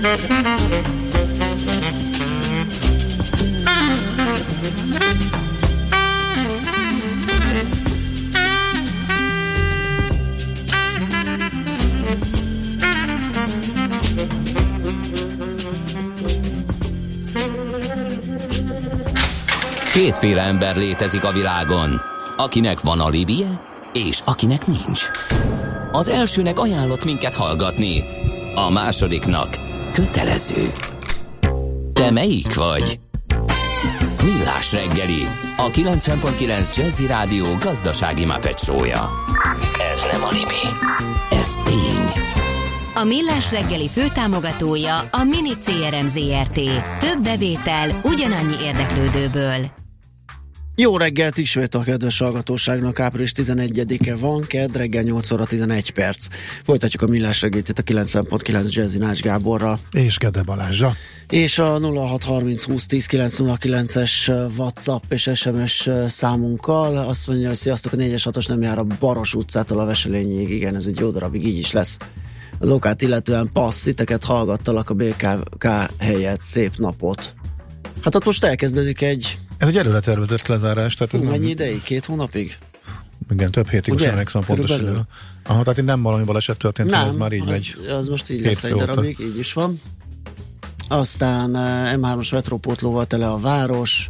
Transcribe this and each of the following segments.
Kétféle ember létezik a világon, akinek van alibije, és akinek nincs. Az elsőnek ajánlott minket hallgatni, a másodiknak kötelező. Te melyik vagy? Millás reggeli, a 90.9 Jazzy Rádió gazdasági Muppet show-ja. Ez nem alibi, ez tény. A Millás reggeli főtámogatója a Mini CRM Zrt. Több bevétel ugyanannyi érdeklődőből. Jó reggelt ismét a kedves hallgatóságnak, április 11-e van, kedd reggel 8 óra 11 perc. Folytatjuk a Millás reggelit itt a 90.9 Jazzy Nács Gáborra. És Gede Balázsa. És a 0630 20 10 909-es WhatsApp és SMS számunkkal. Azt mondja, hogy sziasztok, a 4-es 6-os nem jár a Baros utcától a Veselényig. Igen, ez egy jó darabig így is lesz. Az okát illetően passz, titeket hallgattalak a BKK helyett, szép napot. Hát ott most elkezdődik egy... Ez egy előletervezett lezárás, tehát ez mennyi ideig? 2 hónapig? Igen, több hétig, most emlékszem pontosan. Aha, tehát nem valami baleset történt, nem, ez már így megy. Az most így lesz egy darabig, így is van. Aztán M3-os metrópótlóval tele a város.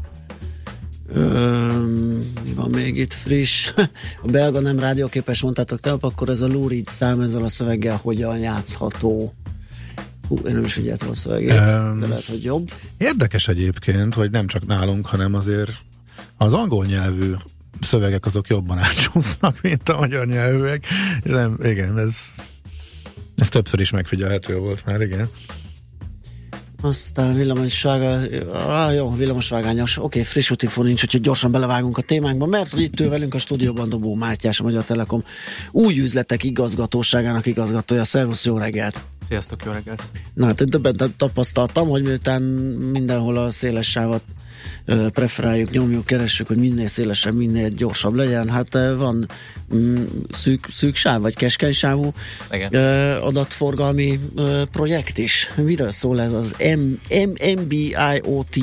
Mi van még itt friss? A belga nem rádióképes, mondtátok tegnap, akkor ez a Lou Reed szám ezzel a szöveggel hogyan játszható? Én nem is figyeltem a szövegét, de lehet, hogy jobb. Érdekes egyébként, hogy nem csak nálunk, hanem azért az angol nyelvű szövegek azok jobban átcsúsznak, mint a magyar nyelvűek. Nem, igen, ez többször is megfigyelhető volt már, igen. Aztán villamosvágányos, oké, friss útinfó nincs, úgyhogy gyorsan belevágunk a témánkba, mert itt ül velünk a stúdióban Dobó Mátyás, a Magyar Telekom új üzletek igazgatóságának igazgatója. Szervusz, jó reggelt! Sziasztok, jó reggelt! Na hát én többet tapasztaltam, hogy miután mindenhol a széles sávot preferáljuk, nyomjuk, keressük, hogy minél szélesebb, minél gyorsabb legyen. Hát van szűk sáv, vagy keskeny sávú adatforgalmi projekt is. Miről szól ez az MBIOT,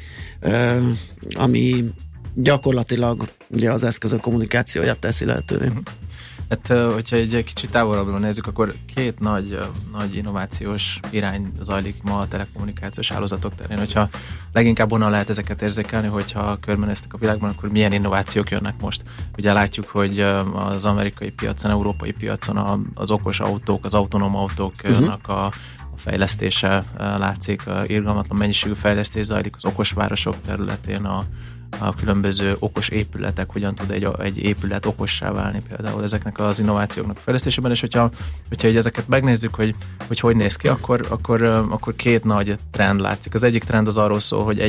ami gyakorlatilag ugye az eszközök kommunikációját teszi lehetővé. Hát, hogyha egy kicsit távolabbról nézzük, akkor 2 nagy innovációs irány zajlik ma a telekommunikációs hálózatok terén. Hogyha leginkább onnan lehet ezeket érzékelni, hogyha körbenéztek a világban, akkor milyen innovációk jönnek most. Ugye látjuk, hogy az amerikai piacon, európai piacon az okos autók, az autonóm autóknak a fejlesztése látszik, irgalmatlan mennyiségű fejlesztés zajlik az okos városok területén, a különböző okos épületek, hogyan tud egy épület okossá válni például ezeknek az innovációknak a fejlesztésében, és hogyha ezeket megnézzük, hogy néz ki, akkor 2 nagy trend látszik. Az egyik trend az arról szól, hogy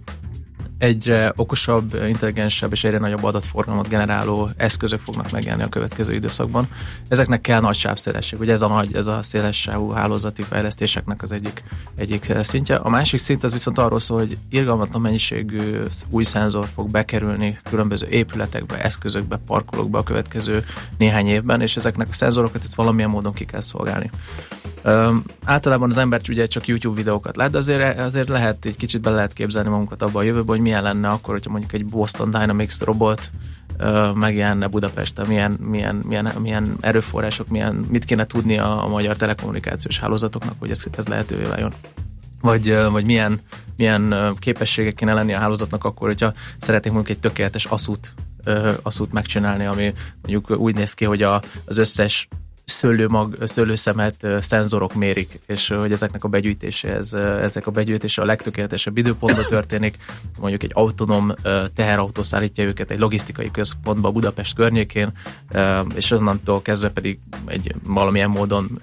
egyre okosabb, intelligensebb és egyre nagyobb adatforgalmat generáló eszközök fognak megjelenni a következő időszakban. Ezeknek kell nagy sávszélesség, ugye ez a széles sávú hálózati fejlesztéseknek az egyik szintje. A másik szint az viszont arról szól, hogy irgalmatlan mennyiségű új szenzor fog bekerülni különböző épületekbe, eszközökbe, parkolókba a következő néhány évben, és ezeknek a szenzorokat ezt valamilyen módon ki kell szolgálni. Általában az ember ugye csak YouTube videókat lát, de azért lehet, egy kicsit bele lehet képzelni magunkat abban a jövőben, hogy milyen lenne akkor, hogyha mondjuk egy Boston Dynamics robot megjelenne Budapesten, milyen erőforrások, mit kéne tudni a magyar telekommunikációs hálózatoknak, hogy ez lehetővé váljon. Vagy milyen képességek kéne lenni a hálózatnak akkor, hogyha szeretnénk mondjuk egy tökéletes aszút megcsinálni, ami mondjuk úgy néz ki, hogy az összes szőlőszemet szenzorok mérik, és hogy ezek a begyűjtése a legtökéletesebb időpontban történik, mondjuk egy autonóm teherautó szállítja őket egy logisztikai központba Budapest környékén, és onnantól kezdve pedig valamilyen módon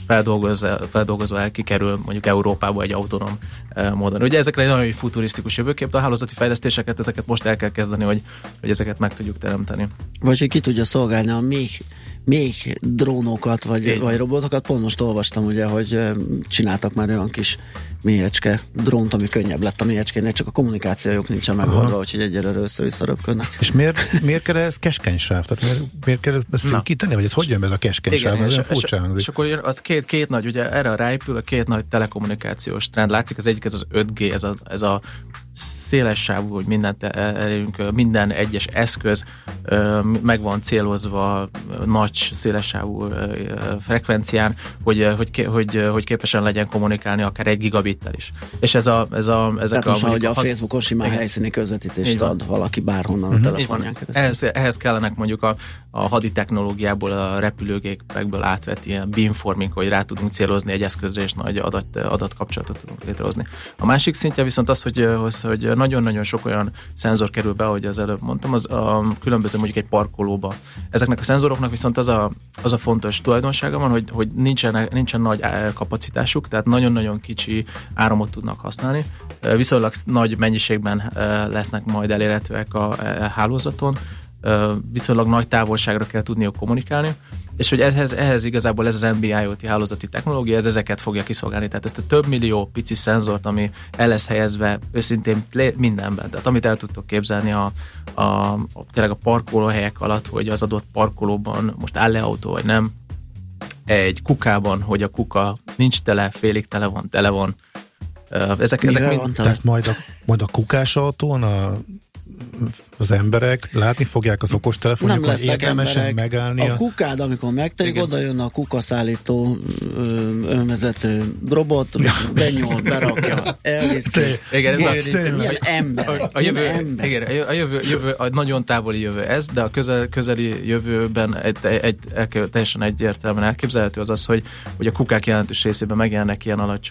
feldolgozva kikerül mondjuk Európába egy autonóm módon. Ugye ezekre egy nagyon futurisztikus jövőkép, de a hálózati fejlesztéseket, ezeket most el kell kezdeni, hogy ezeket meg tudjuk teremteni. Vagy hogy ki tudja szolgálni a még drónok drónokat, vagy robotokat. Pont most olvastam ugye, hogy csináltak már olyan kis mélyecske drónt, ami könnyebb lett a mélyeckénél, csak a kommunikációjuk nincsen megoldva, úgyhogy egyelőre össze-vissza röpködnek. És miért kell ez keskeny sáv? Tehát miért kell ezt szűkíteni, vagy ez hogy jön ez a keskeny sáv? És akkor az két nagy, ugye erre ráépül a két nagy telekommunikációs trend. Látszik, az egyik ez az 5G, ez a széles sávú, hogy mindent elérünk, minden egyes eszköz meg van célozva nagy szélessávú frekvencián, hogy képesen legyen kommunikálni akár 1 gigabittel is. És ezek most hogy a Facebookon simán helyszíni közvetítést ad valaki bárhonnan a telefonján keresztül. Ehhez kellenek mondjuk a hadi technológiából, a repülőgépekből átvett ilyen beamforming, hogy rá tudunk célozni egy eszközre, és nagy adatkapcsolatot tudunk létrehozni. A másik szintje viszont az, hogy nagyon-nagyon sok olyan szenzor kerül be, ahogy az előbb mondtam, az a különböző mondjuk egy parkolóba. Ezeknek a szenzoroknak viszont az a fontos tulajdonsága van, hogy nincsen nagy kapacitásuk, tehát nagyon-nagyon kicsi áramot tudnak használni. Viszonylag nagy mennyiségben lesznek majd elérhetőek a hálózaton, viszonylag nagy távolságra kell tudniuk kommunikálni, és hogy ehhez igazából ez az NB-IoT hálózati technológia, ez ezeket fogja kiszolgálni. Tehát ezt a több millió pici szenzort, ami el lesz helyezve őszintén mindenben. Tehát amit el tudtok képzelni tényleg a parkolóhelyek alatt, hogy az adott parkolóban most áll-e autó, vagy nem. Egy kukában, hogy a kuka nincs tele, félig tele van. Ezek mind... Tehát majd a kukás autón az emberek látni fogják az okostelefonjukat, érdelmesen megállni. A kukád, amikor megtelik, oda jön a kukaszállító önvezető robot, benyúl, berakja, elviszi. Igen, milyen ember. A jövő, a nagyon távoli jövő ez, de a közeli jövőben teljesen egyértelműen elképzelhető az, hogy a kukák jelentős részében megjelennek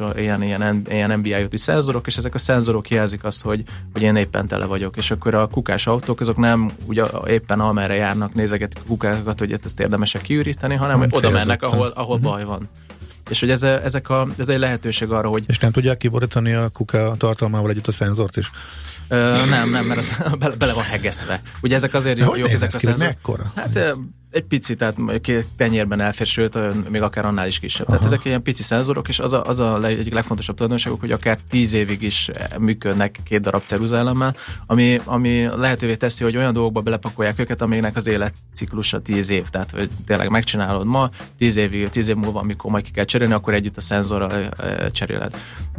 ilyen NB-IoT szenzorok, és ezek a szenzorok jelzik azt, hogy én éppen tele vagyok, és akkor a kukás autók azok nem ugye éppen amerre járnak, nézegetik a kukákat, hogy ezt érdemes kiüríteni, hanem oda mennek, ahol baj van. És hogy ez egy lehetőség arra, hogy... És nem tudják kiborítani a kuka tartalmával együtt a szenzort is? Nem, mert az bele van hegesztve. Ugye ezek azért jók ezek a szenzorok. Mekkora? Hát egy picit, tehát két tenyérben elfér, sőt, még akár annál is kisebb. Tehát ezek ilyen pici szenzorok, és az egyik legfontosabb tulajdonságok, hogy akár 10 évig is működnek 2 darab ceruzaelemmel, ami lehetővé teszi, hogy olyan dolgokba belepakolják őket, amiknek az életciklusa 10 év. Tehát, hogy tényleg megcsinálod ma, 10 év múlva, amikor majd ki kell cserélni, akkor együtt a szenzorral cseréled.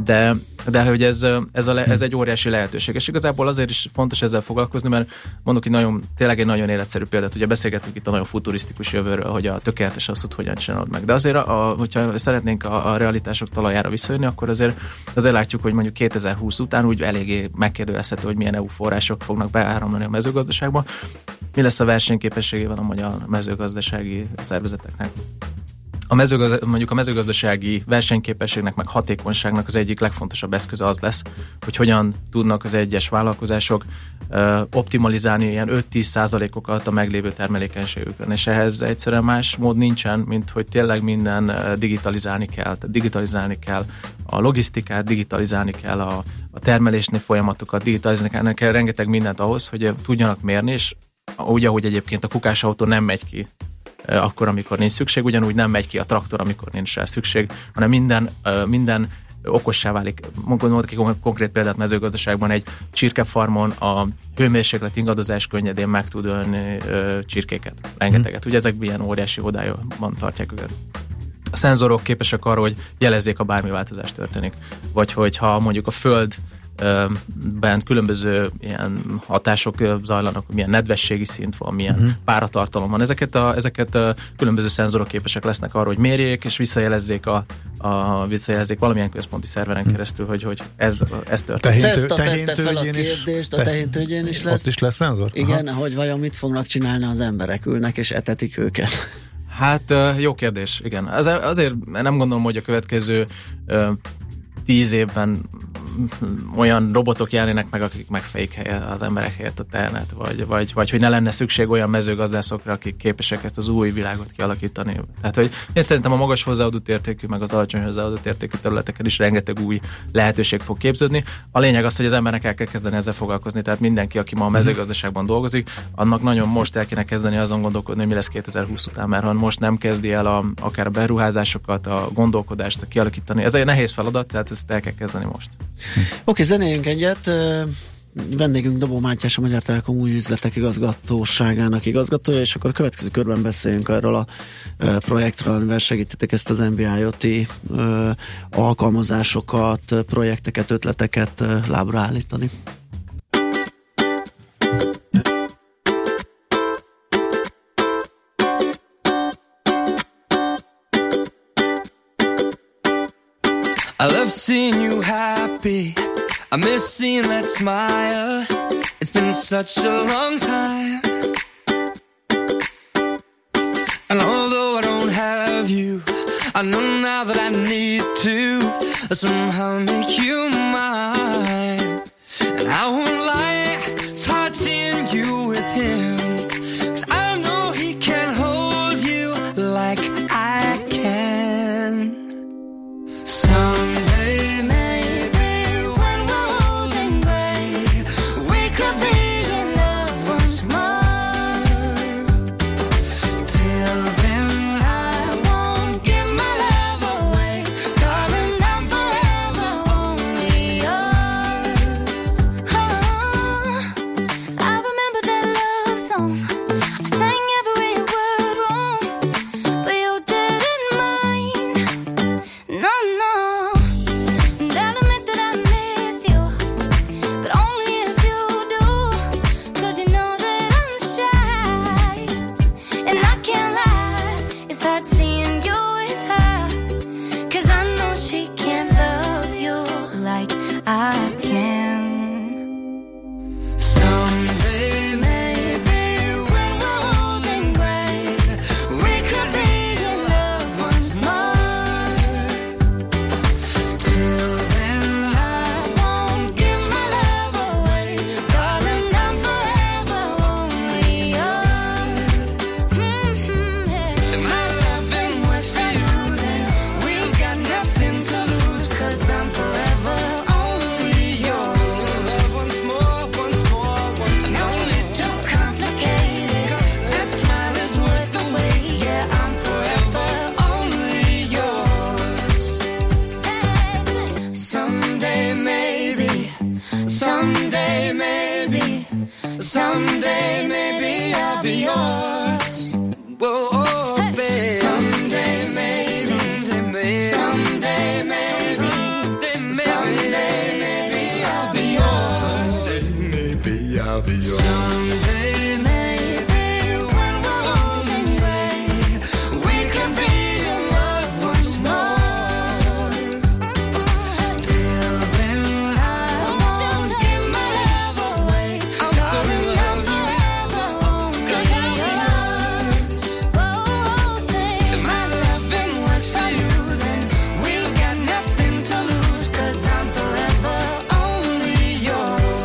De hogy ez egy óriási lehetőség. És igazából azért is fontos ezzel foglalkozni, mert mondok tényleg egy nagyon életszerű példát, ugye beszélgettünk itt a nagyon futurisztikus jövőről, hogy a tökéletes az, hogy hogyan csinálod meg. De azért, hogyha szeretnénk a realitások talajára visszajönni, akkor azért látjuk, hogy mondjuk 2020 után úgy eléggé megkérdőjelezhető, hogy milyen EU források fognak beáramlani a mezőgazdaságba. Mi lesz a versenyképességével a magyar mezőgazdasági szervezeteknek? Mondjuk a mezőgazdasági versenyképességnek, meg hatékonyságnak az egyik legfontosabb eszköze az lesz, hogy hogyan tudnak az egyes vállalkozások optimalizálni ilyen 5-10%-okat a meglévő termelékenységükön. És ehhez egyszerűen más mód nincsen, mint hogy tényleg minden digitalizálni kell. Tehát digitalizálni kell a logisztikát, digitalizálni kell a termelésnél folyamatokat, digitalizálni kell rengeteg mindent ahhoz, hogy tudjanak mérni, és úgy, ahogy egyébként a kukásautó nem megy ki akkor, amikor nincs szükség, ugyanúgy nem megy ki a traktor, amikor nincs rá szükség, hanem minden okossá válik. Mondok egy konkrét példát mezőgazdaságban, egy csirkefarmon a hőmérséklet ingadozás könnyedén meg tud ölni csirkéket, rengeteget. Ugye ezek ilyen óriási odájban tartják őket. A szenzorok képesek arra, hogy jelezzék, ha bármi változás történik. Vagy hogyha mondjuk a föld bent különböző ilyen hatások zajlanak, milyen nedvességi szint van, milyen páratartalom van. Ezeket különböző szenzorok képesek lesznek arra, hogy mérjék, és visszajelezzék valamilyen központi szerveren keresztül, hogy ez történik. Szeszta tette fel a kérdést, a tehéntőgyén is lesz. Ott is lesz szenzor? Igen, hogy vajon mit fognak csinálni az emberek, ülnek és etetik őket. Hát jó kérdés, igen. Azért nem gondolom, hogy a következő 10 évben olyan robotok jelennének meg, akik megfejik az emberek helyett a ternet, vagy hogy ne lenne szükség olyan mezőgazdászokra, akik képesek ezt az új világot kialakítani. Tehát, hogy én szerintem a magas hozzáadott értékű, meg az alacsony hozzáadott értékű területeken is rengeteg új lehetőség fog képződni. A lényeg az, hogy az embernek el kell kezdeni ezzel foglalkozni, tehát mindenki, aki ma a mezőgazdaságban dolgozik, annak nagyon most el kéne kezdeni azon gondolkodni, hogy mi lesz 2020 után, mert ha most nem kezdi el akár a beruházásokat, a gondolkodást kialakítani. Ez egy nehéz feladat, tehát ezt el kell kezdeni most. Oké, zenéljünk egyet. Vendégünk Dobó Mátyás, a Magyar Telekom új üzletek igazgatóságának igazgatója, és akkor a következő körben beszéljünk erről a projektről, amivel segítitek ezt az NB-IoT alkalmazásokat, projekteket, ötleteket lábra állítani. I love seeing you happy. I miss seeing that smile. It's been such a long time. And although I don't have you, I know now that I need to somehow make you mine. And I won't lie, it's hard seeing you with him, 'cause I know he can hold you like I can. Someday maybe when we're old and gray, we could be in love once more. Till then I won't give my love away, darling, I'm forever only yours. Oh, I remember that love song, I sang every word wrong, but you didn't mind. No, no. And I'll admit that I miss you, but only if you do, 'cause you know that I'm shy. And I can't lie, it's hard seeing you with her, 'cause I know she can't love you like I can. Someday maybe when we're old and gray, we could be in love once more. Till then I won't give my love away, darling, I'm forever only yours. If my loving works for you, then we've got nothing to lose, 'cause I'm forever only yours. Love once more, once more, once more. Only too complicated. That smile is worth the wait. Yeah, I'm forever only yours. Someday maybe, someday maybe, someday maybe I'll be yours. Whoa, oh, babe. Someday maybe, someday maybe, someday maybe I'll be yours. Someday maybe I'll be yours. Someday maybe when we're old and gray, we can be in love once more. Till then I won't give my love away, darling, I'm forever only yours. Oh, say if my loving works for you, then we've got nothing to lose, 'cause I'm forever only yours.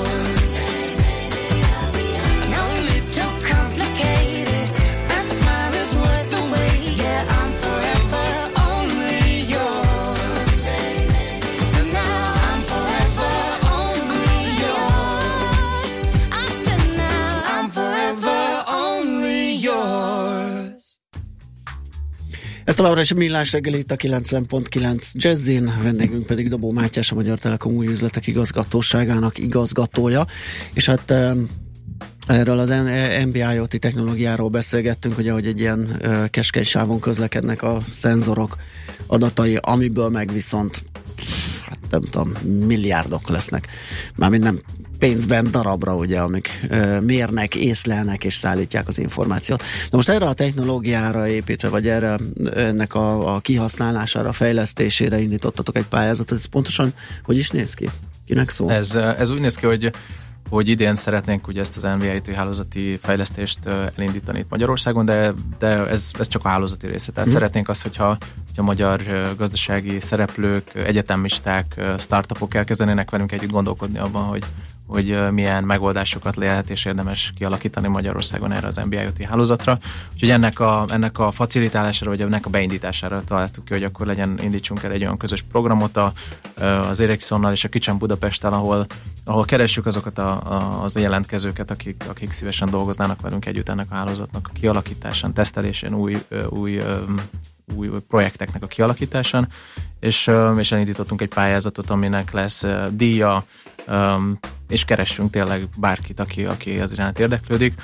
And only too complicated. That smile is worth the wait. Yeah, I'm forever only yours. So now I'm forever only yours. I said now I'm forever only yours. Ez továbbra is a Millás reggeli itt a 90.9 Jazzin, vendégünk pedig Dobó Mátyás, a Magyar Telekom új üzletek igazgatóságának igazgatója, és hát erről az NB-IoT technológiáról beszélgettünk, ugye, hogy egy ilyen keskeny sávon közlekednek a szenzorok adatai, amiből meg viszont hát nem tudom, milliárdok lesznek. Mármint nem pénzben darabra, ugye, amik mérnek, észlelnek és szállítják az információt. De most erre a technológiára építve, vagy erre ennek a kihasználására, fejlesztésére indítottatok egy pályázatot. Ez pontosan hogy is néz ki? Kinek szól? Ez úgy néz ki, hogy hogy idén szeretnénk ugye ezt az NB-IT hálózati fejlesztést elindítani itt Magyarországon, de ez csak a hálózati része. Tehát szeretnénk azt, hogyha magyar gazdasági szereplők, egyetemisták, startupok elkezdenének velünk együtt gondolkodni abban, hogy milyen megoldásokat lehet és érdemes kialakítani Magyarországon erre az NB-IoT hálózatra. Úgyhogy ennek a facilitálására, vagy ennek a beindítására találtuk ki, hogy akkor indítsunk el egy olyan közös programot az Ericssonnal és a Kitchen Budapesttel, ahol keressük azokat az jelentkezőket, akik szívesen dolgoznának velünk együtt ennek a hálózatnak a kialakításán, tesztelésén, új projekteknek a kialakításán, és elindítottunk egy pályázatot, aminek lesz díja, és keressünk tényleg bárkit, aki az iránt érdeklődik.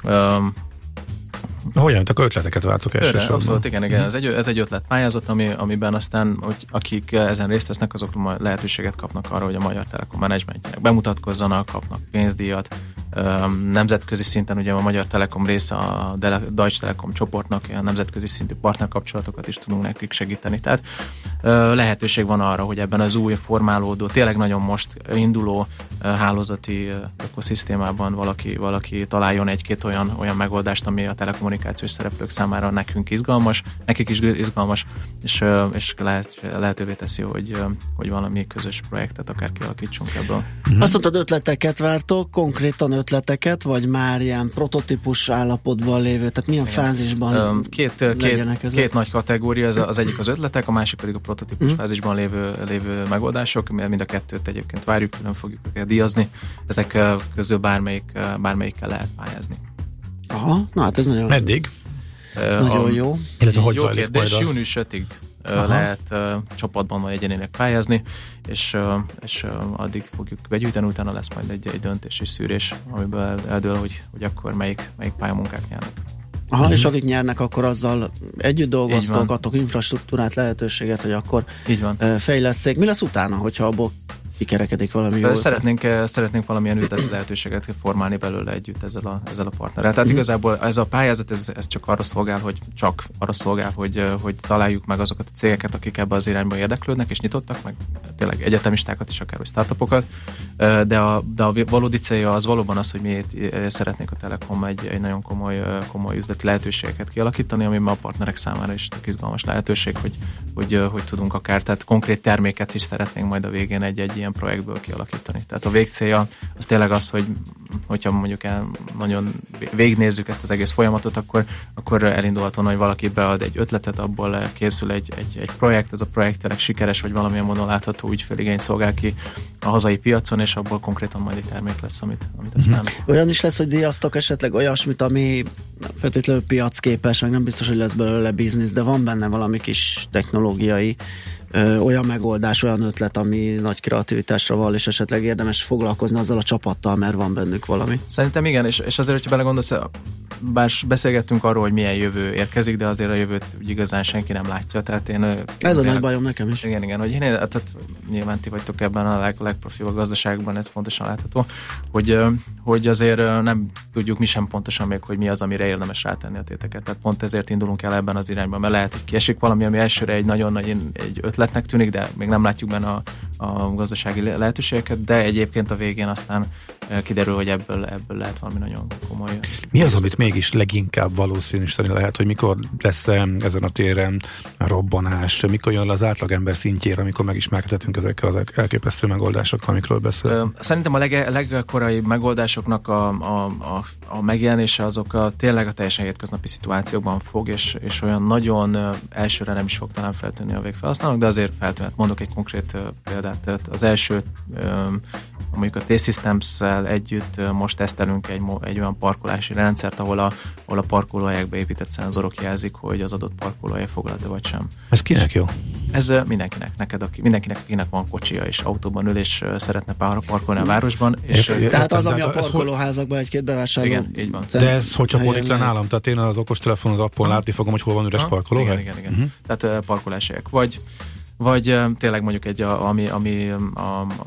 Hogyan, akkor ötleteket váltok elsősorban? Abszolút, igen. Ez egy ötletpályázat, amiben aztán, hogy akik ezen részt vesznek, azok lehetőséget kapnak arra, hogy a Magyar Telekom menedzsmentjének bemutatkozzanak, kapnak pénzdíjat. Nemzetközi szinten ugye a Magyar Telekom része a Deutsche Telekom csoportnak, ilyen nemzetközi szintű partnerkapcsolatokat is tudunk nekik segíteni. Tehát lehetőség van arra, hogy ebben az új formálódó, tényleg nagyon most induló hálózati ökoszisztémában valaki találjon egy-két olyan megoldást, ami a telekommunikációs szereplők számára nekünk izgalmas, nekik is izgalmas, és lehetővé teszi, hogy valami közös projektet akár kialakítsunk ebből. Azt mondtad, ötleteket vártok, konkrétan ötleteket, vagy már ilyen prototípus állapotban lévő, tehát milyen fázisban legyenek ezek? Két nagy kategória, az egyik az ötletek, a másik pedig a prototípus fázisban lévő megoldások, mind a kettőt egyébként várjuk, nem fogjuk őket díjazni, ezek közül bármelyikkel lehet pályázni. Aha, na hát ez nagyon... Meddig? Nagyon jó. Illetve hogy jó zajlik kérdés, majd június 5-ig lehet csapatban vagy egyénileg pályázni, és addig fogjuk begyűjteni, utána lesz majd egy döntés és szűrés, amiből eldől, hogy akkor melyik pályamunkák nyernek. Aha, és akik nyernek, akkor azzal együtt dolgoztok, adtok infrastruktúrát, lehetőséget, hogy akkor fejlesszék. Mi lesz utána, hogyha abból kikerekedik valami jó? Szeretnénk valamilyen üzleti lehetőséget formálni belőle együtt ezzel a partnerrel. Tehát igazából ez a pályázat, ez csak arra szolgál, hogy találjuk meg azokat a cégeket, akik ebbe az irányba érdeklődnek, és nyitottak, meg tényleg egyetemistákat is, akár vagy startupokat. De a valódi célja az valóban az, hogy mi szeretnénk a Telekom egy nagyon komoly üzleti lehetőségeket kialakítani, ami a partnerek számára is tök izgalmas lehetőség, hogy tudunk akár, tehát konkrét terméket is szeretnénk majd a végén egy ilyen projektből kialakítani. Tehát a végcélja az tényleg az, hogyha mondjuk nagyon végignézzük ezt az egész folyamatot, akkor elindulhatóan, hogy valaki bead egy ötletet, abból készül egy projekt, ez a projekt tényleg sikeres, vagy valamilyen módon látható ügyféligényt szolgál ki a hazai piacon, és abból konkrétan majd egy termék lesz, amit aztán... Olyan is lesz, hogy díjaztok esetleg olyasmit, ami feltétlenül piacképes, meg nem biztos, hogy lesz belőle biznisz, de van benne valami kis technológiai olyan megoldás, olyan ötlet, ami nagy kreativitásra val, és esetleg érdemes foglalkozni azzal a csapattal, mert van bennük valami. Szerintem igen, és azért, hogyha belegondolsz, bár beszélgettünk arról, hogy milyen jövő érkezik, de azért a jövőt igazán senki nem látja. Tehát ez a nagy bajom nekem is. Igen, hogy tehát nyilván ti vagytok ebben a legprofilabb gazdaságban, ez pontosan látható, hogy azért nem tudjuk mi sem pontosan még, hogy mi az, amire érdemes rátenni a téteket. Tehát pont ezért indulunk el ebben az irányban, mert lehet, hogy kiesik valami, ami elsőre egy nagyon nagy egy ötletnek tűnik, de még nem látjuk benne a gazdasági lehetőségeket, de egyébként a végén aztán kiderül, hogy ebből lehet valami nagyon komoly. Mi az, amit mégis leginkább valószínűsíteni lehet, hogy mikor lesz ezen a téren robbanás, mikor jön le az átlagember szintjére, amikor megismerkedhetünk ezekkel az elképesztő megoldásokkal, amikről beszél? Szerintem a legkorai megoldásoknak a megjelenése azok tényleg a teljesen hétköznapi szituációkban fog, és olyan nagyon elsőre nem is fog talán feltűnni a végfelhasználók, de azért feltűnhet. Mondok egy konkrét példát. Az első, mondjuk a T-Systems-szel együtt most tesztelünk egy olyan parkolási rendszert, ahol a parkolóhelyekbe épített szenzorok jelzik, hogy az adott parkolóhely foglalt vagy sem. Ez kinek jó? Ez mindenkinek, mindenkinek, akinek van kocsia és autóban ül, és szeretne párra parkolni a városban. Tehát az, ami a parkolóházakban egy-két bevásárló. Igen, így van. De ez hogy csapódik le nálam? Tehát én az okostelefon az appon látni fogom, hogy hol van üres parkolóhely? Igen. Tehát parkoláshelyek. Vagy tényleg mondjuk ami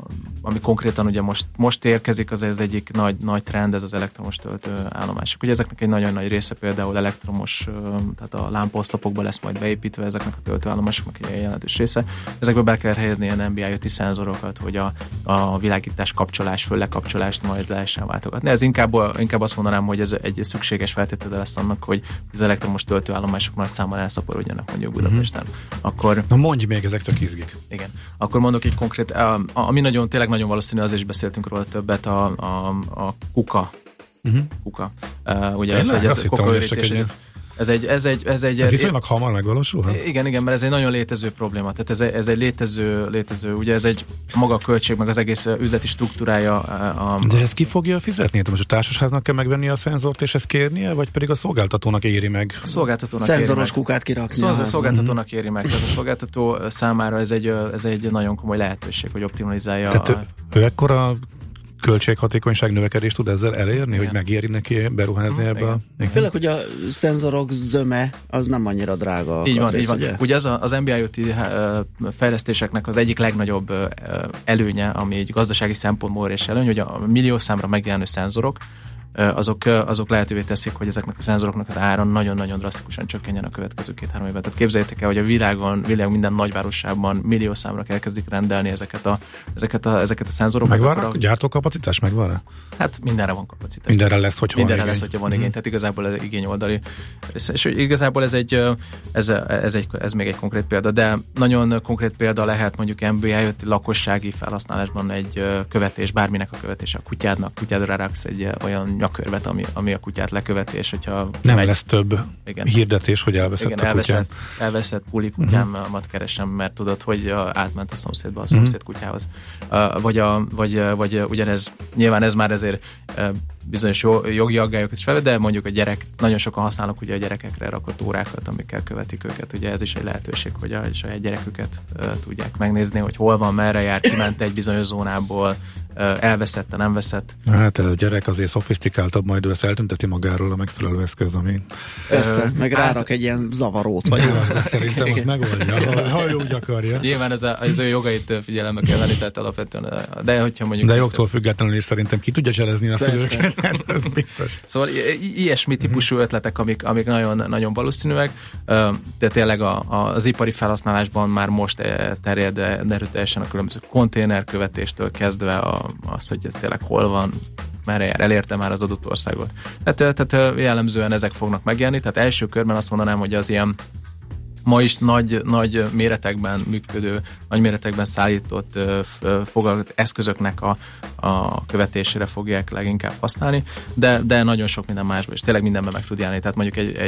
ami konkrétan ugye most érkezik, az egyik nagy trend, ez az elektromos töltőállomások. Ugye ezeknek egy nagyon nagy része például elektromos, tehát a lámpaoszlopokba lesz majd beépítve ezeknek a töltőállomásoknak egy jelentős része. Ezekbe be kell helyezni ilyen NB-IoT szenzorokat, hogy a világítás kapcsolás, föllekapcsolást majd lehessen váltogatni. Ez inkább azt mondanám, hogy ez egy szükséges feltétele lesz annak, hogy az elektromos töltőállomások nagy számban elszaporodjanak mondjuk Budapesten. Akkor... Na mondj még, ezek tök izgik. Igen. Akkor mondok egy konkrét, ami tényleg nagyon valószínű, azért is beszéltünk róla többet, a kuka. Kuka. Ugye ez egy kukaürítés. Ez egy viszonylag hamar megvalósul? Igen, mert ez egy nagyon létező probléma. Tehát ez egy létező, ugye ez egy maga a költség, meg az egész üzleti struktúrája. De ezt ki fogja fizetni? Most a társasháznak kell megvenni a szenzort és ezt kérnie, vagy pedig a szolgáltatónak éri meg? A szolgáltatónak szenzoros kukát kirakni. A szolgáltatónak éri meg. Tehát a szolgáltató számára ez egy nagyon komoly lehetőség, hogy optimalizálja. Tehát ő ekkora költséghatékonyság növekedést tud ezzel elérni, igen, hogy megéri neki beruházni ebbe? Főleg, hogy a szenzorok zöme az nem annyira drága. Így van. Ugye ez az NB-IoT fejlesztéseknek az egyik legnagyobb előnye, ami egy gazdasági szempontból és előny, hogy a millió számra megjelenő szenzorok, azok lehetővé teszik, hogy ezeknek a szenzoroknak az ára nagyon-nagyon drasztikusan csökkenjen a következő 2-3 évben. Tehát képzeljétek el, hogy a világ minden nagyvárosában millió számra elkezdik rendelni ezeket a szenzorokat. Megvan a gyártókapacitás? Megvan rá? Hát mindenre van kapacitás. Mindenre lesz, hogyha van igény. Tehát igazából ez igény oldali. És igazából ez még egy konkrét példa, de nagyon konkrét példa lehet mondjuk NB-IoT lakossági felhasználásban egy követés, bárminek a követése. A kutyádra ráksz egy olyan nyakörvet, ami a kutyát leköveti, és hogyha nem lesz több hirdetés, hogy elveszett a kutyám. Elveszett puli kutyámat keresem, mert tudod, hogy átment a szomszédba, a szomszéd kutyához. Vagy ugyanez, nyilván ez már ezért bizonyos jogi aggályokat is felvet, de mondjuk a gyerek, nagyon sokan használnak ugye a gyerekekre rakott órákat, amikkel követik őket. Ugye ez is egy lehetőség, hogy a saját gyereküket tudják megnézni, hogy hol van, merre jár, kiment egy bizonyos zónából, elveszett, nem veszett. Hát a gyerek azért szofisztikáltabb, majd ő ezt eltünteti magáról a megfelelő eszköz, ami... Persze, meg rárak egy ilyen zavarót. Vagy szerintem azt megoldja, ha úgy akarja. Nyilván az ő jogait figyelembe kell venni, tehát alapvetően, de hogyha mondjuk... De jogtól függetlenül is szerintem ki tudja cselezni a szülőket, ez biztos. Szóval ilyesmi típusú ötletek, amik nagyon, nagyon valószínűek, de tényleg az ipari felhasználásban már most terjed erőteljesen a különböző konténerkövetéstől kezdve az, hogy ez tényleg hol van, merre jár, elérte már az adott országot. Tehát jellemzően ezek fognak megjelenni, tehát első körben azt mondanám, hogy az ilyen ma is nagy méretekben működő, nagy méretekben szállított eszközöknek a követésére fogják leginkább használni, de nagyon sok minden másban, és tényleg mindenben meg tud jelenni. Tehát mondjuk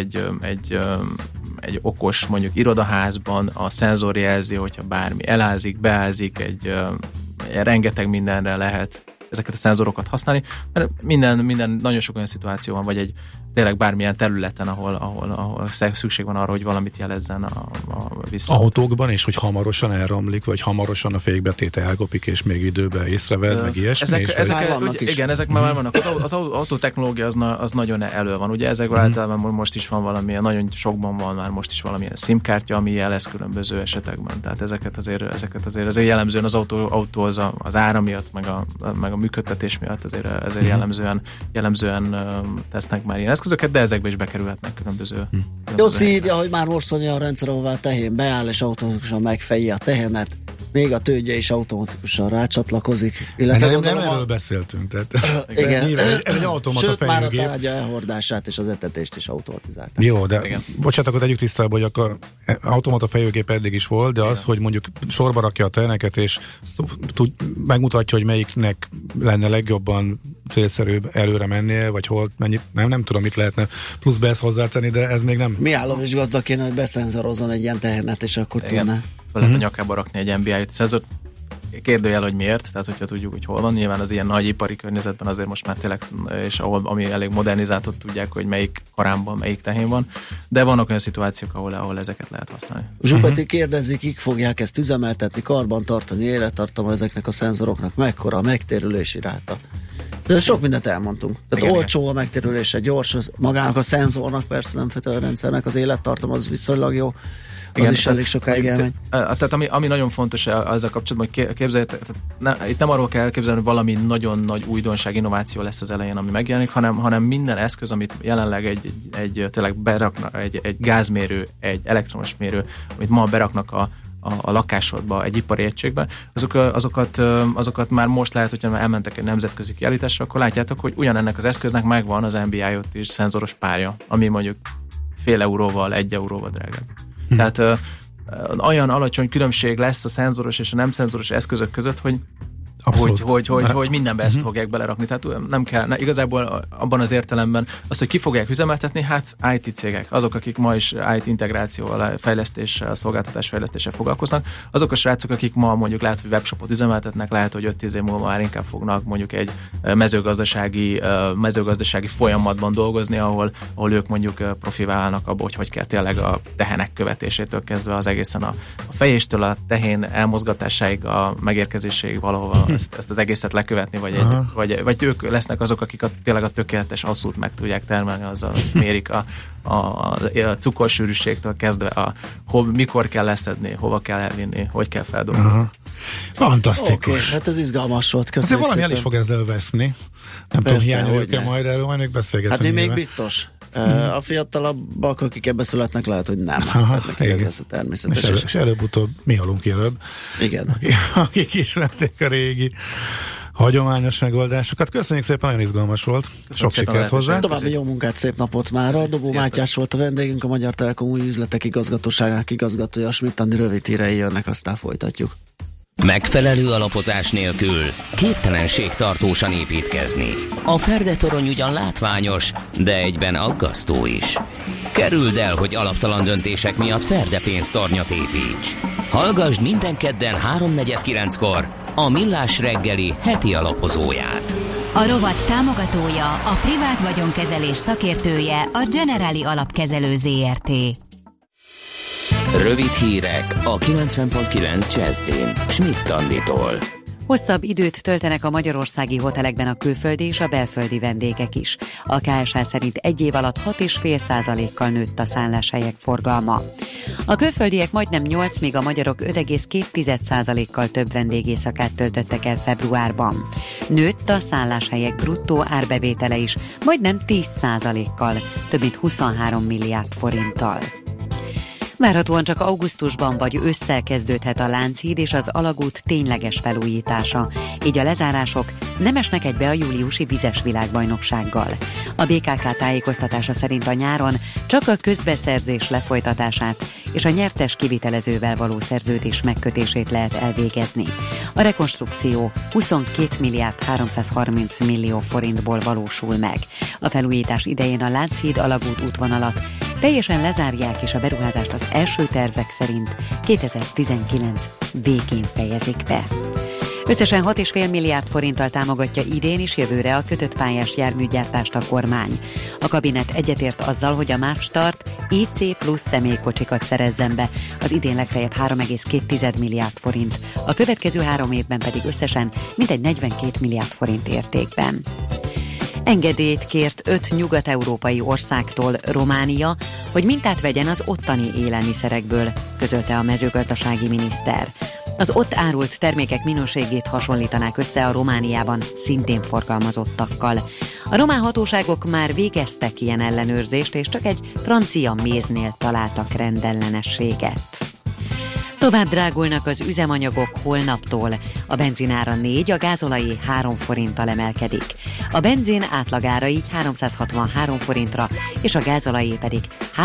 egy okos, mondjuk irodaházban a szenzor jelzi, hogyha bármi elázik, beázik, rengeteg mindenre lehet ezeket a szenzorokat használni, mert minden nagyon sok olyan szituáció van, vagy egy tényleg bármilyen területen, ahol szükség van arra, hogy valamit jelezzen a vissza. Autókban is, hogy hamarosan elromlik, vagy hamarosan a fékbetéte elkopik, és még időben észreved, meg ilyesmi. Ezek már vannak. Az autótechnológia az nagyon elő van. Ugye ezekben általában most is van valamilyen, nagyon sokban van már most is valamilyen SIM-kártya, ami jelez különböző esetekben. Tehát ezeket azért jellemzően az autó az ára miatt, meg a működtetés miatt azért jellemzően tesznek már ilyen eszközöket, de ezekbe is bekerülhetnek különböző. Jóci írja, hogy már most mondja a rendszer, ahová a tehén beáll, és automatikusan megfejje a tehenet, még a tőgye is automatikusan rácsatlakozik. Nem erről beszéltünk. Tehát igen. Egy automata sőt, már a fejőgép. tárgya elhordását és az etetést is automatizálták. Jó, de bocsánat, akkor tegyük tisztába, hogy akkor automata fejőgép eddig is volt, de az, hogy mondjuk sorba rakja a teheneket, és megmutatja, hogy melyiknek lenne legjobban célszerűbb előre mennie, vagy hol mennyit, nem tudom, mit lehetne pluszbe ezt hozzátenni, de ez még nem. Mi állam is gazdag kéne, hogy beszenzorozzon egy ilyen tehenet, és akkor tudná. Lehet a nyakába rakni egy NB-IoT szenzort. Kérdőjel, hogy miért, tehát hogyha tudjuk, hogy hol van. Nyilván az ilyen nagy ipari környezetben azért most már tényleg, és ami elég modernizált, tudják, hogy melyik karámban, melyik tehén van, de vannak olyan szituációk, ahol ezeket lehet használni. Zsupeti kérdezi, kik fogják ezt üzemeltetni, karban tartani, élettartama ezeknek a szenzoroknak, mekkora a megtérülési ráta. De sok mindent elmondtunk. Tehát igen, olcsó a megtérülése, gyors, magának a szenzornak, persze nem feltétlenül a rendszernek, az élettartam az viszonylag jó. az is elég sokáig elmegy. Tehát ami nagyon fontos azzal kapcsolatban, hogy képzeljétek, itt nem arról kell elképzelni, hogy valami nagyon nagy újdonság, innováció lesz az elején, ami megjelenik, hanem minden eszköz, amit jelenleg tényleg beraknak, egy gázmérő, egy elektromos mérő, amit ma beraknak a lakásodba, egy ipari egységbe, azokat már most lehet, hogyha elmentek egy nemzetközi kiállításra, akkor látjátok, hogy ugyanennek az eszköznek megvan az NB-IoT is szenzoros párja, ami mondjuk fél euróval, 1 euróval drágább. Tehát olyan alacsony különbség lesz a szenzoros és a nem szenzoros eszközök között, hogy mindenbe ezt fogják belerakni. Tehát nem kell, igazából abban az értelemben azt, hogy ki fogják üzemeltetni, hát IT cégek, azok, akik ma is IT integrációval, fejlesztéssel, szolgáltatás fejlesztéssel foglalkoznak, azok a srácok, akik ma mondjuk lehet, hogy webshopot üzemeltetnek, lehet, hogy 5-10 év múlva már inkább fognak mondjuk egy mezőgazdasági folyamatban dolgozni, ahol ők mondjuk profivá állnak abból, hogy kell tényleg a tehenek követésétől kezdve az egészen a fejéstől a tehén elmozgatásáig, a megérkezéséig valahova ezt az egészet lekövetni, vagy ők lesznek azok, akik tényleg a tökéletes asszút meg tudják termelni, azzal mérik a cukorsűrűségtől kezdve mikor kell leszedni, hova kell elvinni, hogy kell feldolgozni. Fantasztikus. Okay, hát ez izgalmas volt, köszönjük szépen. Valami el is fog ezzel veszni. Nem tudom, hiányoljuk-e majd erről, majd még beszélgetni. Hát mi még biztos. A fiatalabbak, akik ebbe születnek, lehet, hogy nem. Tehát nekik ez lesz a természetes. És előbb-utóbb mi halunk előbb. Igen. Akik ismerték a régi hagyományos megoldásokat. Köszönjük szépen, nagyon izgalmas volt. Sok sikert hozzá. További jó munkát, szép napot már. A Dobó Mátyás volt a vendégünk, a Magyar Telekom új üzletek igazgatóságának igazgatója. Schmidt Andi rövid hírei jönnek, aztán folytatjuk. Megfelelő alapozás nélkül képtelenség tartósan építkezni. A Ferdetorony ugyan látványos, de egyben aggasztó is. Kerüld el, hogy alaptalan döntések miatt Ferde-pénztornyot építs. Hallgasd minden kedden 3:49-kor a Millás reggeli heti alapozóját. A rovat támogatója, a privát vagyonkezelés szakértője, a Generali Alapkezelő ZRT. Rövid hírek a 90.9 Jazzin Schmidt Anditól. Hosszabb időt töltenek a magyarországi hotelekben a külföldi és a belföldi vendégek is. A KSH szerint egy év alatt 6,5%-kal nőtt a szálláshelyek forgalma. A külföldiek majdnem 8, míg a magyarok 5,2%-kal több vendégészakát töltöttek el februárban. Nőtt a szálláshelyek bruttó árbevétele is, majdnem 10%-kal, több mint 23 milliárd forinttal. Várhatóan csak augusztusban vagy ősszel kezdődhet a Lánchíd és az Alagút tényleges felújítása, így a lezárások nem esnek egybe a júliusi vizes világbajnoksággal. A BKK tájékoztatása szerint a nyáron csak a közbeszerzés lefolytatását és a nyertes kivitelezővel való szerződés megkötését lehet elvégezni. A rekonstrukció 22 milliárd 330 millió forintból valósul meg. A felújítás idején a Lánchíd Alagút útvonalat teljesen lezárják, és a beruházást az első tervek szerint 2019 végén fejezik be. Összesen 6,5 milliárd forinttal támogatja idén és jövőre a kötött pályás járműgyártást a kormány. A kabinet egyetért azzal, hogy a MÁV Start IC plusz személykocsikat szerezzen be, az idén legfeljebb 3,2 milliárd forint, a következő 3 évben pedig összesen mintegy 42 milliárd forint értékben. Engedélyt kért 5 nyugat-európai országtól Románia, hogy mintát vegyen az ottani élelmiszerekből, közölte a mezőgazdasági miniszter. Az ott árult termékek minőségét hasonlítanák össze a Romániában szintén forgalmazottakkal. A román hatóságok már végeztek ilyen ellenőrzést, és csak egy francia méznél találtak rendellenességet. Tovább drágulnak az üzemanyagok holnaptól. A benzinára 4, a gázolajé 3 forinttal emelkedik. A benzin átlagára így 363 forintra, és a gázolajé pedig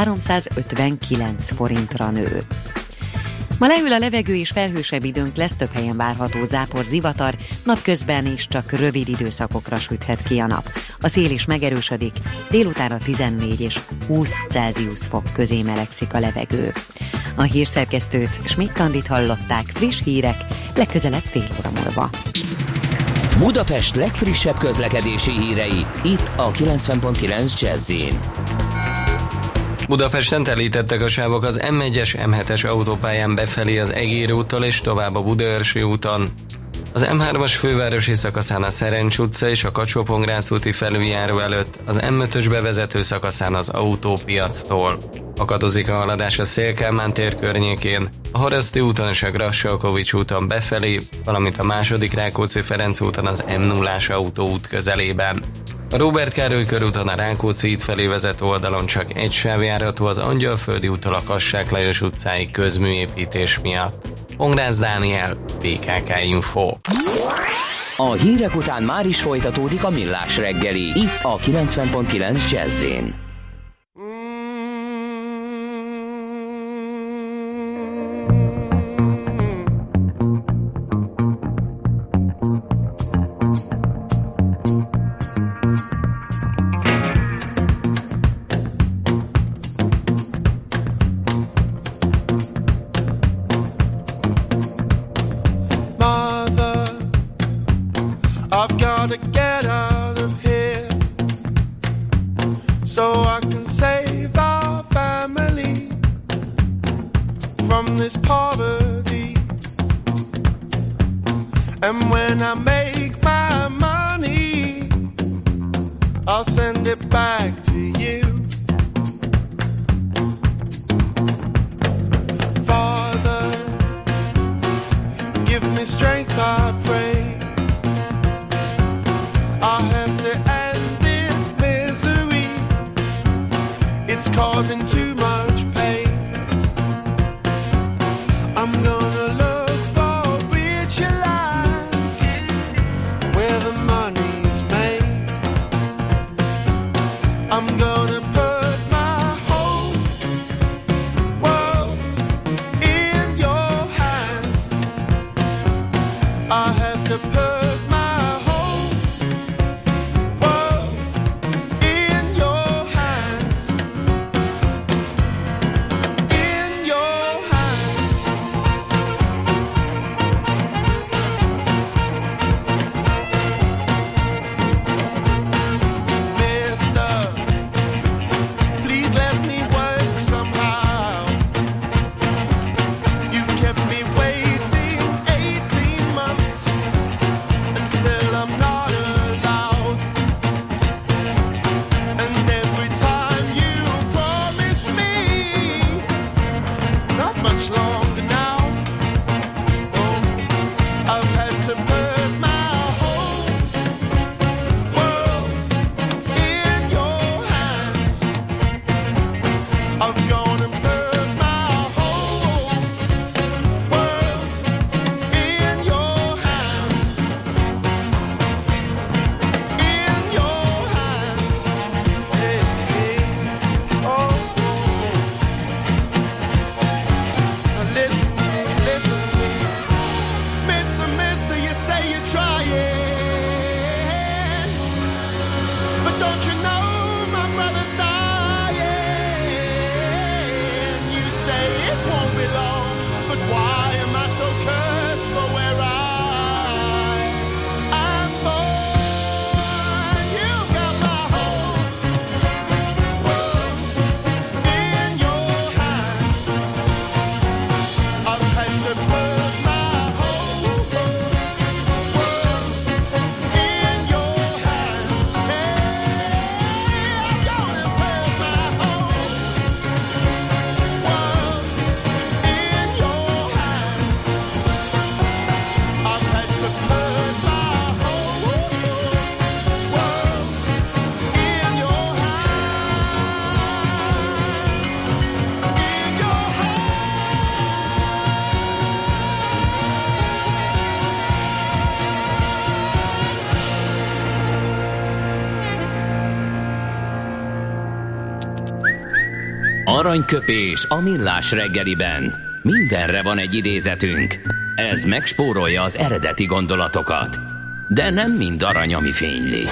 359 forintra nő. Ma leül a levegő és felhősebb időnk lesz, több helyen várható zápor, zivatar, napközben is csak rövid időszakokra süthet ki a nap. A szél is megerősödik, délutánra 14 és 20 Celsius fok közé melegszik a levegő. A hírszerkesztőt, Schmidt Andit hallották, friss hírek, legközelebb fél óra múlva. Budapest legfrissebb közlekedési hírei, itt a 90.9 Jazz-in. Budapesten telítettek a sávok az M1-es, M7-es autópályán befelé az Egér úttól és tovább a Budaörsi úton. Az M3-as fővárosi szakaszán a Szerencs utca és a Kacsó-Pongrácz úti felüljáró előtt, az M5-ös bevezető szakaszán az Autópiactól. Akadozik a haladás a Szél-Kálmán tér környékén, a Haraszti úton és a Grassalkovich úton befelé, valamint a második Rákóczi-Ferenc úton az M0-ás autóút közelében. A Róbert Károly körúton a Rákóczi híd felé vezető oldalon csak egy sávjáratú, az Angyalföldi úttól a Kassák Lajos utcáig közműépítés miatt. Pongrácz Dániel, PKK Info. A hírek után már is folytatódik a Millás reggeli, itt a 90.9 Jazz-én. Aranyköpés a Millás reggeliben. Mindenre van egy idézetünk. Ez megspórolja az eredeti gondolatokat. De nem mind arany, ami fényli.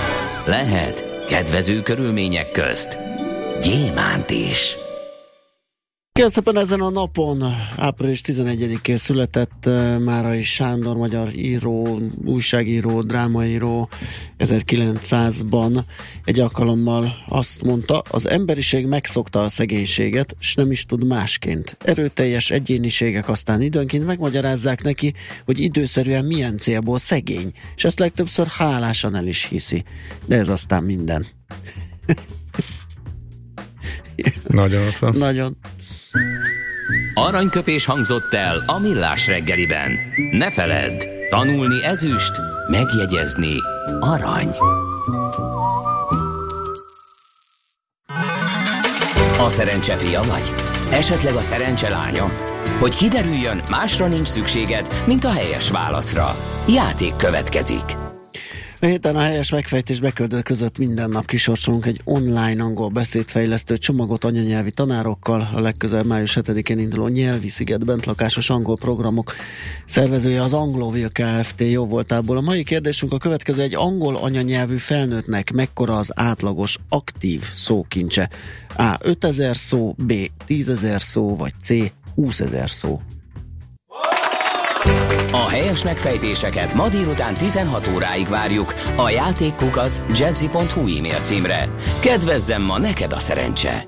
Lehet kedvező körülmények közt gyémánt is. Kérlek szépen, ezen a napon, április 11-én született Márai Sándor, magyar író, újságíró, drámaíró. 1900-ban egy alkalommal azt mondta: az emberiség megszokta a szegénységet, s nem is tud másként. Erőteljes egyéniségek aztán időnként megmagyarázzák neki, hogy időszerűen milyen célból szegény, és ezt legtöbbször hálásan el is hiszi. De ez aztán minden. Nagyon ott van. Nagyon. Aranyköpés hangzott el a Millás reggeliben. Ne feledd, tanulni ezüst, megjegyezni arany. A szerencse fia vagy? Esetleg a szerencse lánya? Hogy kiderüljön, másra nincs szükséged, mint a helyes válaszra. Játék következik. A héten a helyes megfejtés beküldő között minden nap kisorsolunk egy online angol beszédfejlesztő csomagot anyanyelvi tanárokkal. A legközelebb május 7-én induló Nyelvi Sziget bentlakásos angol programok szervezője az Anglovil Kft. Jó voltából. A mai kérdésünk a következő: egy angol anyanyelvű felnőttnek mekkora az átlagos aktív szókincse? A. 5000 szó, B. 10.000 szó, vagy C. 20.000 szó. A helyes megfejtéseket ma délután 16 óráig várjuk a játékkukac@jazzy.hu e-mail címre. Kedvezzem ma neked a szerencse!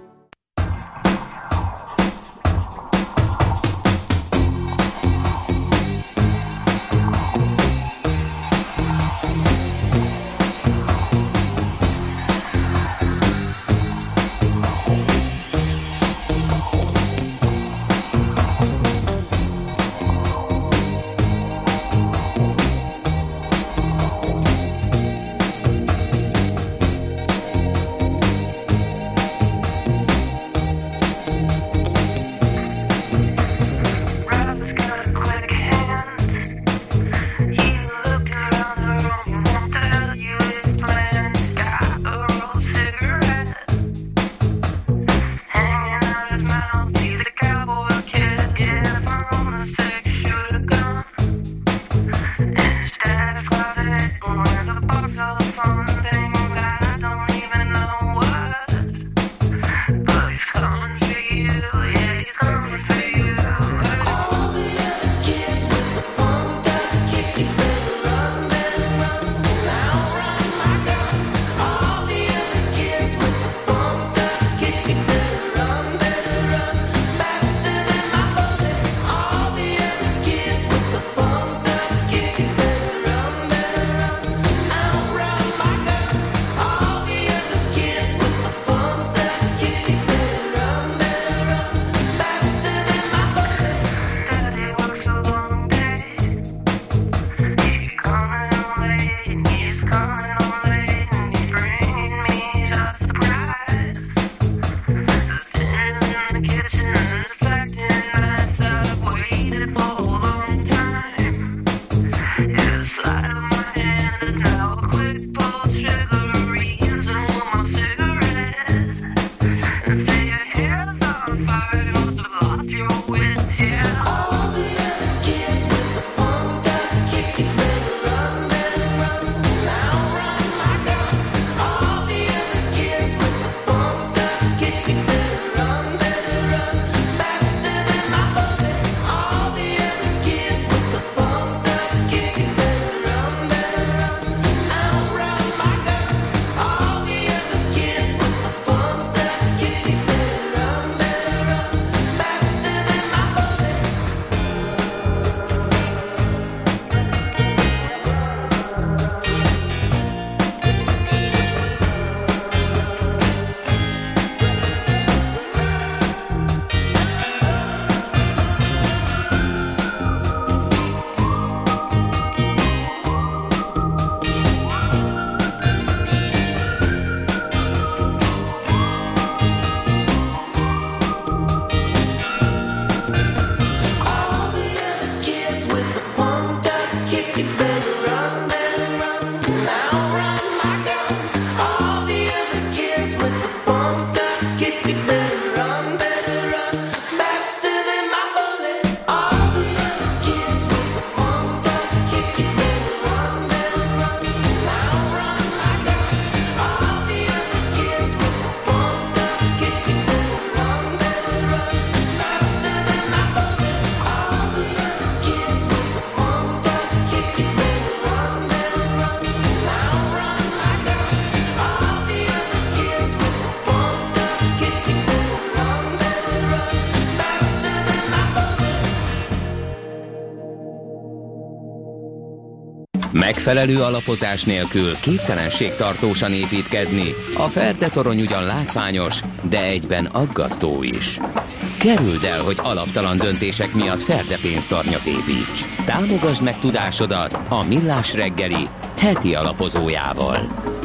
Megfelelő alapozás nélkül képtelenség tartósan építkezni. A Ferde-torony ugyan látványos, de egyben aggasztó is. Kerüld el, hogy alaptalan döntések miatt Ferde pénztarnyat építs. Támogasd meg tudásodat a Millás reggeli heti alapozójával.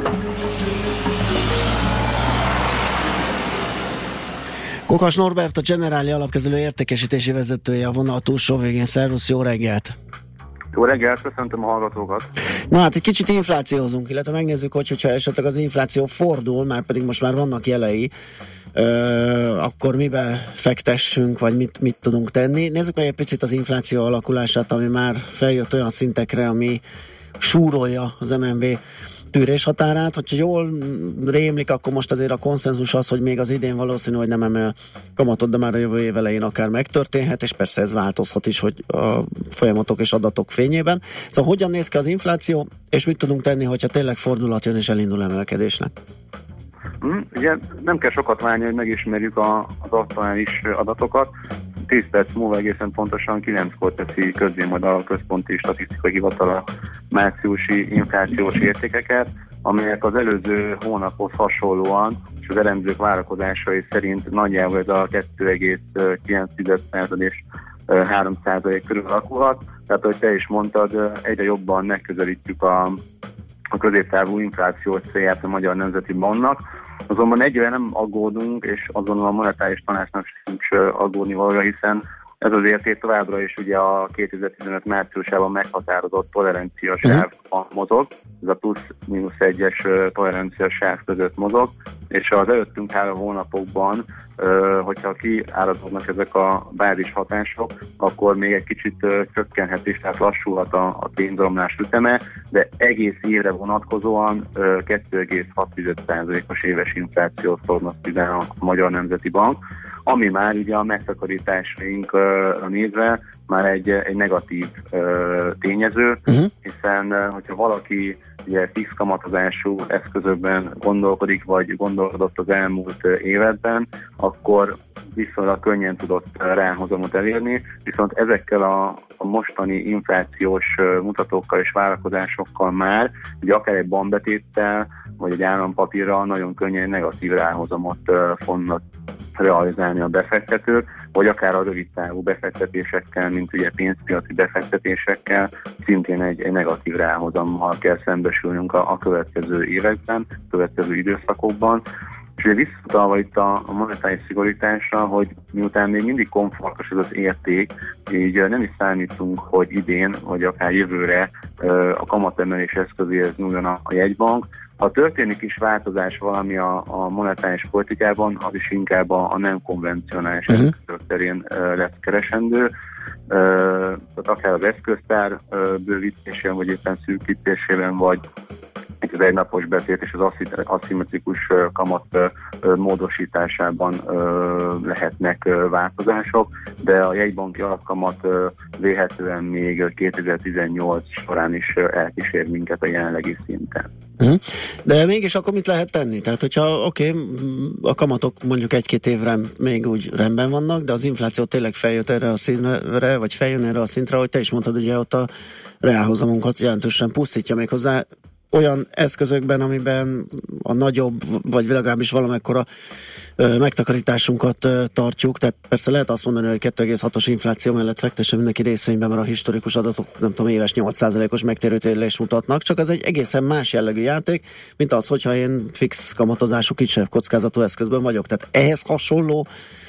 Kokas Norbert, a Generáli alapkezelő értékesítési vezetője a vonal túlsó végén. Szervusz, jó reggelt! Jó reggelt, köszöntöm a hallgatókat! Na hát egy kicsit inflációzunk, illetve megnézzük, hogyha esetleg az infláció fordul, már pedig most már vannak jelei, akkor mibe fektessünk, vagy mit tudunk tenni. Nézzük meg egy picit az infláció alakulását, ami már feljött olyan szintekre, ami súrolja az MNB tűréshatárát. Hogyha jól rémlik, akkor most azért a konszenzus az, hogy még az idén valószínű, hogy nem emel kamatot, de már a jövő év elején akár megtörténhet, és persze ez változhat is, hogy a folyamatok és adatok fényében. Szóval hogyan néz ki az infláció, és mit tudunk tenni, hogyha tényleg fordulat jön és elindul emelkedésnek? Ugye nem kell sokat várni, hogy megismerjük az aktuális adatokat. 10 perc múlva egészen pontosan 9-kor teszi közzé majd a Központi Statisztikai Hivatal a márciusi inflációs értékeket, amelyek az előző hónaphoz hasonlóan, és az elemzők várakozásai szerint nagyjából ez a 2,9% és 3% körül alakulhat. Tehát, ahogy te is mondtad, egyre jobban megközelítjük a középtávú inflációs célját a Magyar Nemzeti Banknak. Azonban egyre nem aggódunk, és azon a monetáris tanácsnak sincs aggódni valója, hiszen ez az érték továbbra is ugye a 2015 márciusában meghatározott toleranciasávban mozog, ez a plusz-mínusz 1-es toleranciasáv között mozog, és az előttünk 3 hónapokban, hogyha kiáradoznak ezek a bázis hatások, akkor még egy kicsit csökkenhet is, tehát lassulhat a pénzromlás üteme, de egész évre vonatkozóan 2,6%-os éves inflációt prognosztizál a Magyar Nemzeti Bank, ami már ugye a megtakarításainkra nézve már egy negatív tényező, hiszen hogyha valaki ugye fix kamatozású eszközökben gondolkodik, vagy gondolkodott az elmúlt években, akkor viszonylag könnyen tudott ráhozamot elérni, viszont ezekkel a mostani inflációs mutatókkal és várakozásokkal már, ugye akár egy bankbetéttel, vagy egy állampapírral nagyon könnyen negatív ráhozamot fognak realizálni a befektetők, vagy akár a rövidtávú befektetésekkel, mint ugye pénzpiaci befektetésekkel, szintén egy negatív ráhozammal kell szembesülnünk a következő években, következő időszakokban. És ugye visszatalva itt a monetáris szigorításra, hogy miután még mindig komfortos ez az érték, így nem is számítunk, hogy idén, vagy akár jövőre a kamatemelés eszközéhez nyúljon a jegybank. Ha történik is változás valami a monetáris politikában, az is inkább a nem konvencionális eszközök terén lesz keresendő. Tehát akár az eszköztár bővítésében, vagy éppen szűkítésében, vagy az egynapos betét és az aszimmetrikus kamat módosításában lehetnek változások, de a jegybanki alapkamat vélhetően még 2018 során is elkísér minket a jelenlegi szinten. De mégis akkor mit lehet tenni? Tehát, hogyha a kamatok mondjuk 1-2 évre még úgy rendben vannak, de az infláció tényleg feljött erre a szintre, vagy feljön erre a szintre, hogy te is mondtad, ugye ott a reálhozamunkat jelentősen pusztítja, még hozzá olyan eszközökben, amiben a nagyobb, vagy legalábbis valamekkora megtakarításunkat tartjuk, tehát persze lehet azt mondani, hogy 2,6-os infláció mellett fektesse mindenki részvényben, mert a historikus adatok, nem tudom, éves 8%-os megtérülést mutatnak, csak az egy egészen más jellegű játék, mint az, hogyha én fix kamatozású, kisebb kockázatú eszközben vagyok. Tehát ehhez hasonló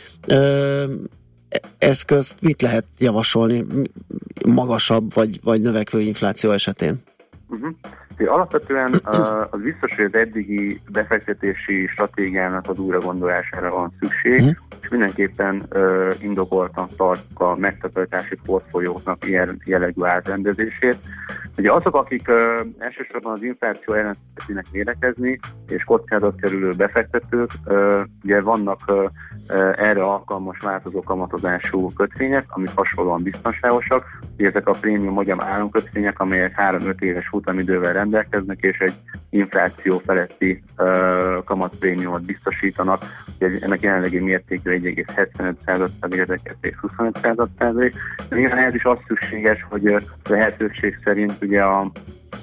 eszközt mit lehet javasolni magasabb, vagy növekvő infláció esetén? Alapvetően az biztos, hogy az eddigi befektetési stratégiának az újragondolására van szükség, és mindenképpen indokoltan tartjuk a megtakarítási portfólióknak ilyen jellegű átrendezését. Ugye azok, akik elsősorban az infláció ellen szeretnének védekezni, és kockázatkerülő befektetők, ugye vannak erre alkalmas változó kamatozású kötvények, amik hasonlóan biztonságosak. Ezek a prémium magyar államkötvények, amelyek 3-5 éves futamidővel rendelkeznek, és egy infláció feletti kamatprémiumot biztosítanak. Ennek jelenlegi mértékű 1,75%, 2,25%. Nyilván ez is az szükséges, hogy lehetőség szerint ugye a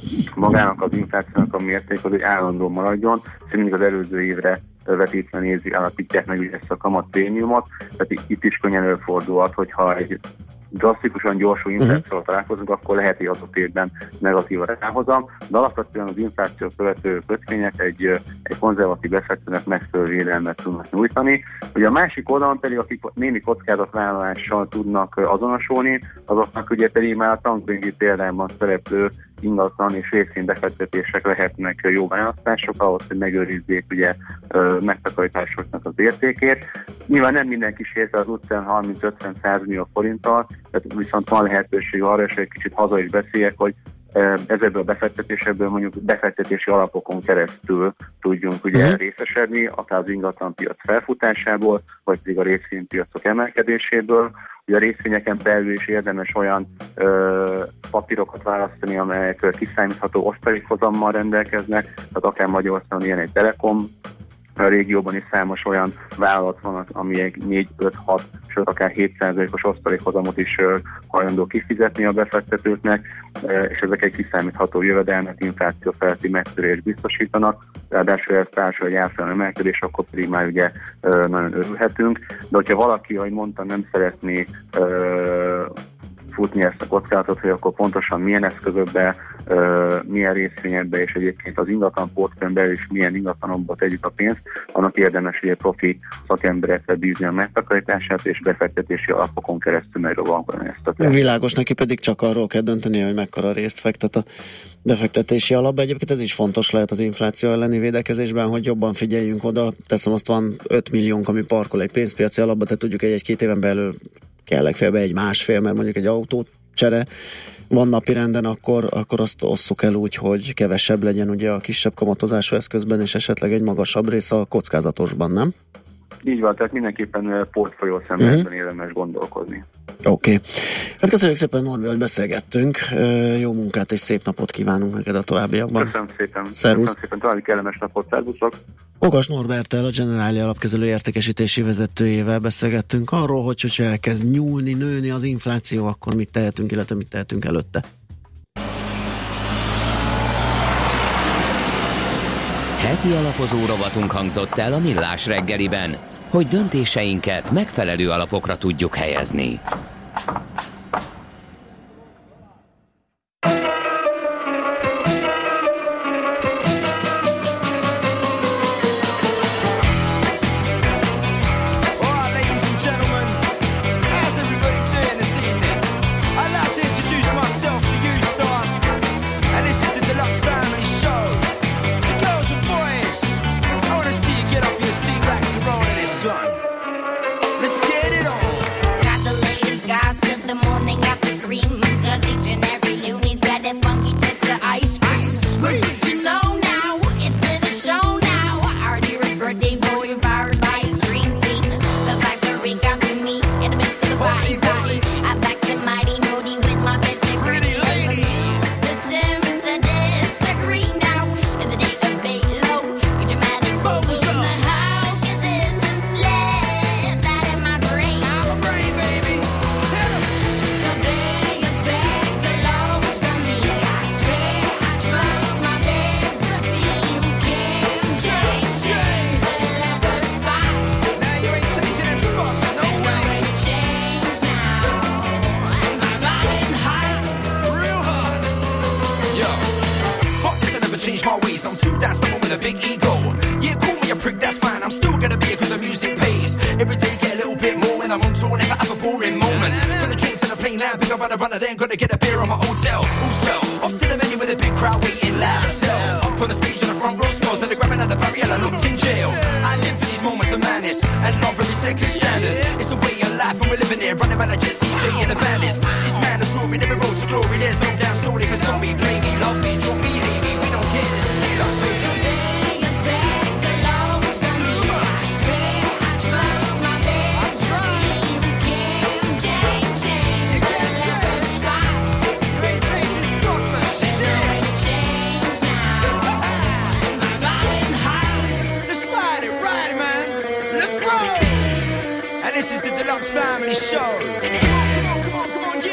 magának az inflációnak a mérték az egy állandó maradjon, és mindig az előző évre vetítve nézik, állapítják meg ezt a kamat prémiumot, tehát itt is könnyen előfordulhat, hogyha egy drasztikusan gyorsul inflációval találkozunk, akkor lehet egy adott évben negatív a ráhozam, de alapvetően az infláció követő kötvények egy konzervatív befektetőnek megfelelő védelmet tudnak nyújtani. Ugye a másik oldalon pedig, akik némi kockázatvállalással tudnak azonosulni, azoknak ugye pedig már a tankönyvi példában szereplő ingatlan és részvénybefektetések lehetnek jó választások ahhoz, hogy megőrizzék ugye megtakarításoknak az értékét. Nyilván nem mindenki sétál az utcán 30-50-100 millió forinttal, tehát viszont van lehetőség arra, és egy kicsit haza is beszéljek, hogy ezekből a befektetésekből mondjuk befektetési alapokon keresztül tudjunk ugye részesedni, akár az ingatlanpiac felfutásából, vagy pedig a részvénypiacok emelkedéséből. Ugye a részvényeken belül is érdemes olyan papírokat választani, amelyek kiszámítható osztalékhozammal rendelkeznek, tehát akár Magyarországon ilyen egy Telekom, a régióban is számos olyan vállalat van, amelyek 4-5-6, sőt akár 7%-os osztalékhozamot is hajlandó kifizetni a befektetőknek, és ezek egy kiszámítható jövedelmet, infláció feletti megtörést biztosítanak, ráadásul ez társul egy árfolyam emelkedés, akkor pedig már ugye nagyon örülhetünk, de hogyha valaki, ahogy mondtam, nem szeretné futni ezt a kockázatot, hogy akkor pontosan milyen eszközökbe, milyen részvényekbe, és egyébként az ingatlan portfőn belül is milyen ingatlanokba tegyük a pénzt, annak érdemes ugye profi szakemberekre bízni a megtakarítását, és befektetési alapokon keresztül megrovalni ezt a tervet. Világos, neki pedig csak arról kell dönteni, hogy mekkora részt fektet a befektetési alapba. Egyébként ez is fontos lehet az infláció elleni védekezésben, hogy jobban figyeljünk oda. Teszem, azt van 5 milliónk, ami parkol egy pénzpiaci alapba, tehát tudjuk, hogy 1-2 éven belül kell legfeljebb 1-1,5, mert mondjuk egy autócsere van napirenden, akkor azt osszuk el úgy, hogy kevesebb legyen ugye a kisebb kamatozású eszközben, és esetleg egy magasabb rész a kockázatosban, nem? Így van, tehát mindenképpen portfólió szemléletben érdemes gondolkozni. Oké. Hát köszönjük szépen, Norbi, hogy beszélgettünk. Jó munkát és szép napot kívánunk neked a továbbiakban. Köszönöm szépen. Szervusz. Köszönöm szépen, további kellemes napot, szervuszok. Kokas Norberttel, a Generália alapkezelő értékesítési vezetőjével beszélgettünk arról, hogyha elkezd nyúlni, nőni az infláció, akkor mit tehetünk, illetve mit tehetünk előtte. Heti alapozó rovatunk hangzott el a Millás reggeliben, hogy döntéseinket megfelelő alapokra tudjuk helyezni. Family show. Come on,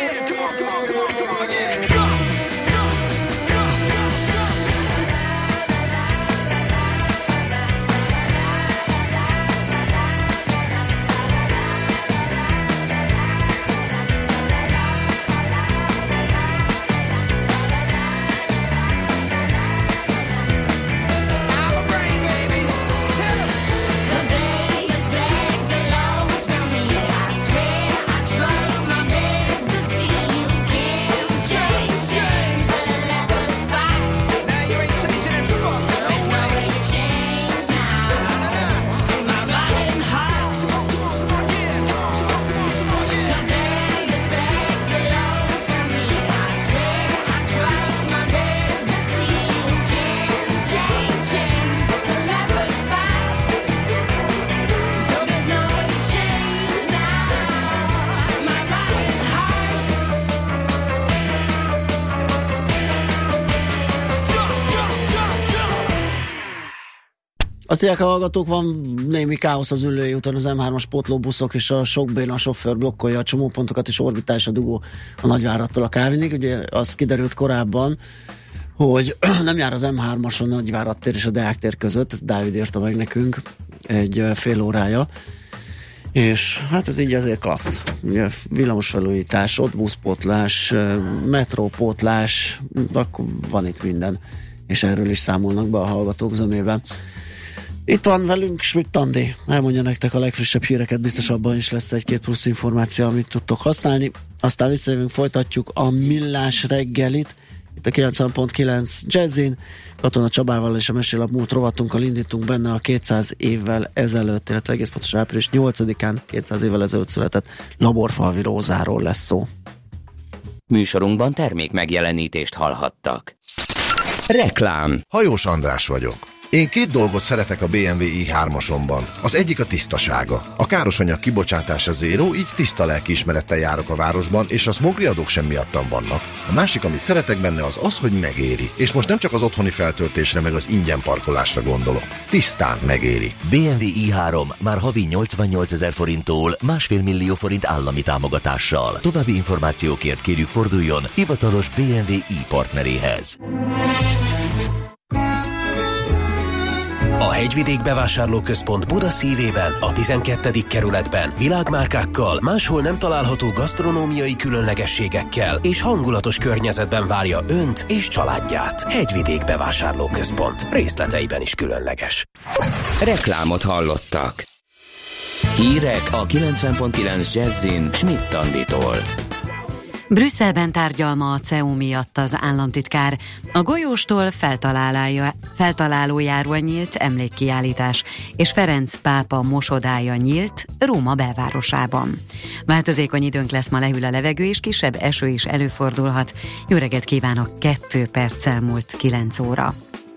Azt írják a hallgatók, van némi káosz az Üllői úton, az M3-as pótlóbuszok és a sok béna sofőr blokkolja a csomópontokat, és orbitális a dugó a Nagyváradtól a Kávinig. Ugye az kiderült korábban, hogy nem jár az M3-as a Nagyvárad tér és a Deák tér között, ezt Dávid írta meg nekünk egy fél órája, és hát ez így azért klassz. Ugye villamosfelújítás, ott buszpótlás, metrópótlás, akkor van itt minden, és erről is számolnak be a hallgatók zömében. Itt van velünk Schmidt Andi, elmondja nektek a legfrissebb híreket, biztos abban is lesz egy-két plusz információ, amit tudtok használni. Aztán visszajövünk, folytatjuk a Millás reggelit, itt a 90.9 Jazzin, Katona Csabával és a Mesélap múlt rovatunkkal indítunk benne a 200 évvel ezelőtt, illetve egész pontosan április 8-án 200 évvel ezelőtt született Laborfalvi Rózáról lesz szó. Műsorunkban termék megjelenítést hallhattak. Reklám. Hajós András vagyok. Én két dolgot szeretek a BMW i3-asomban. Az egyik a tisztasága. A károsanyag kibocsátása zéró, így tiszta lelkiismerettel járok a városban, és a smogri adók sem miattam vannak. A másik, amit szeretek benne, az, hogy megéri. És most nem csak az otthoni feltöltésre, meg az ingyen parkolásra gondolok. Tisztán megéri. BMW i3 már havi 88 000 forinttól 1,5 millió forint állami támogatással. További információkért kérjük forduljon hivatalos BMW i partneréhez. A Hegyvidék Bevásárlóközpont Buda szívében, a 12. kerületben világmárkákkal, máshol nem található gasztronómiai különlegességekkel és hangulatos környezetben várja önt és családját. Hegyvidék Bevásárlóközpont, részleteiben is különleges. Reklámot hallottak. Hírek a 90.9 Jazzin Schmidt Anditól. Brüsszelben tárgyal ma a CEU miatt az államtitkár. A golyóstól feltalálójáról nyílt emlékkiállítás, és Ferenc pápa mosodája nyílt Róma belvárosában. Változékony időnk lesz, ma lehűl a levegő, és kisebb eső is előfordulhat. Jó reggelt kívánok, 2 perccel múlt 9 óra.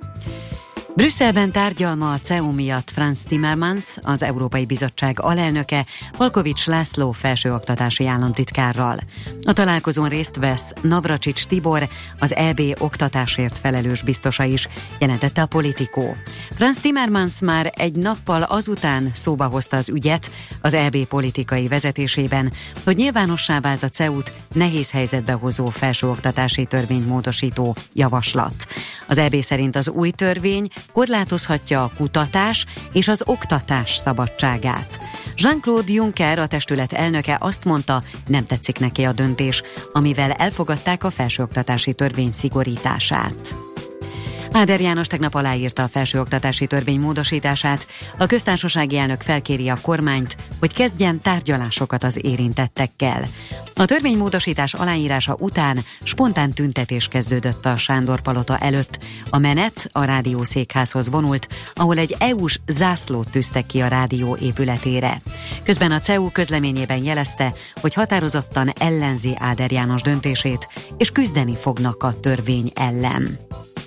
Brüsszelben tárgyal ma a CEU miatt Franz Timmermans, az Európai Bizottság alelnöke, Palkovics László felsőoktatási államtitkárral. A találkozón részt vesz Navracsics Tibor, az EB oktatásért felelős biztosa is, jelentette a Politico. Franz Timmermans már egy nappal azután szóba hozta az ügyet az EB politikai vezetésében, hogy nyilvánossá vált a CEU-t nehéz helyzetbe hozó felsőoktatási törvényt módosító javaslat. Az EB szerint az új törvény korlátozhatja a kutatás és az oktatás szabadságát. Jean-Claude Juncker, a testület elnöke azt mondta, nem tetszik neki a döntés, amivel elfogadták a felsőoktatási törvény szigorítását. Áder János tegnap aláírta a felsőoktatási törvény módosítását. A köztársasági elnök felkéri a kormányt, hogy kezdjen tárgyalásokat az érintettekkel. A törvénymódosítás aláírása után spontán tüntetés kezdődött a Sándor-palota előtt. A menet a rádiószékházhoz vonult, ahol egy EU-s zászlót tűztek ki a rádió épületére. Közben a CEU közleményében jelezte, hogy határozottan ellenzi Áder János döntését, és küzdeni fognak a törvény ellen.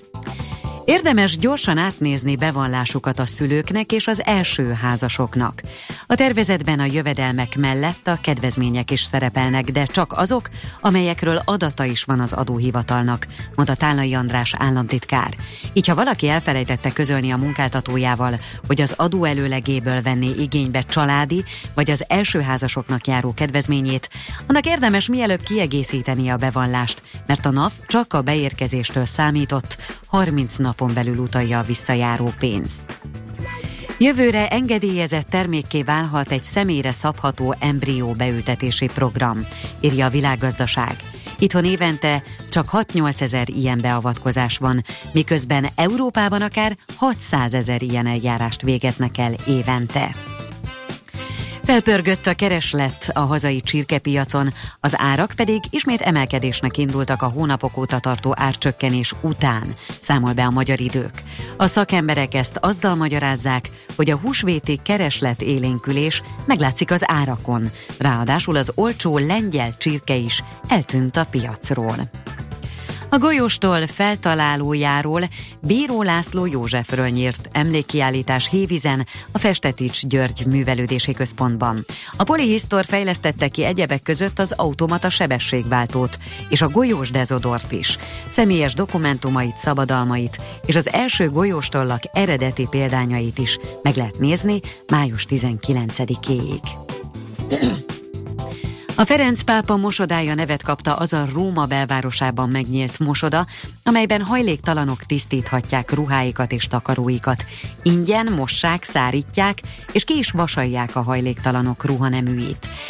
Érdemes gyorsan átnézni bevallásukat a szülőknek és az első házasoknak. A tervezetben a jövedelmek mellett a kedvezmények is szerepelnek, de csak azok, amelyekről adata is van az adóhivatalnak, mondta Tálnai András államtitkár. Így ha valaki elfelejtette közölni a munkáltatójával, hogy az adó előlegéből venné igénybe családi vagy az első házasoknak járó kedvezményét, annak érdemes mielőbb kiegészíteni a bevallást, mert a NAV csak a beérkezéstől számított 30 napon belül utalja a visszajáró pénzt. Jövőre engedélyezett termékké válhat egy személyre szabható embrió beültetési program, írja a Világgazdaság. Itthon évente csak 6-8 ezer ilyen beavatkozás van, miközben Európában akár 600 000 ilyen eljárást végeznek el évente. Felpörgött a kereslet a hazai csirkepiacon, az árak pedig ismét emelkedésnek indultak a hónapok óta tartó árcsökkenés után, számol be a Magyar Idők. A szakemberek ezt azzal magyarázzák, hogy a húsvéti kereslet élénkülés meglátszik az árakon, ráadásul az olcsó lengyel csirke is eltűnt a piacról. A golyóstól feltalálójáról, Bíró László Józsefről nyírt emlékkiállítás Hévízen, a Festetics György Művelődési Központban. A Polyhisztor fejlesztette ki egyebek között az automata sebességváltót és a golyós dezodort is. Személyes dokumentumait, szabadalmait és az első golyóstollak eredeti példányait is meg lehet nézni május 19-éig. A Ferenc pápa mosodája nevet kapta az a Róma belvárosában megnyílt mosoda, amelyben hajléktalanok tisztíthatják ruháikat és takaróikat. Ingyen mossák, szárítják és ki is vasalják a hajléktalanok ruhaneműit.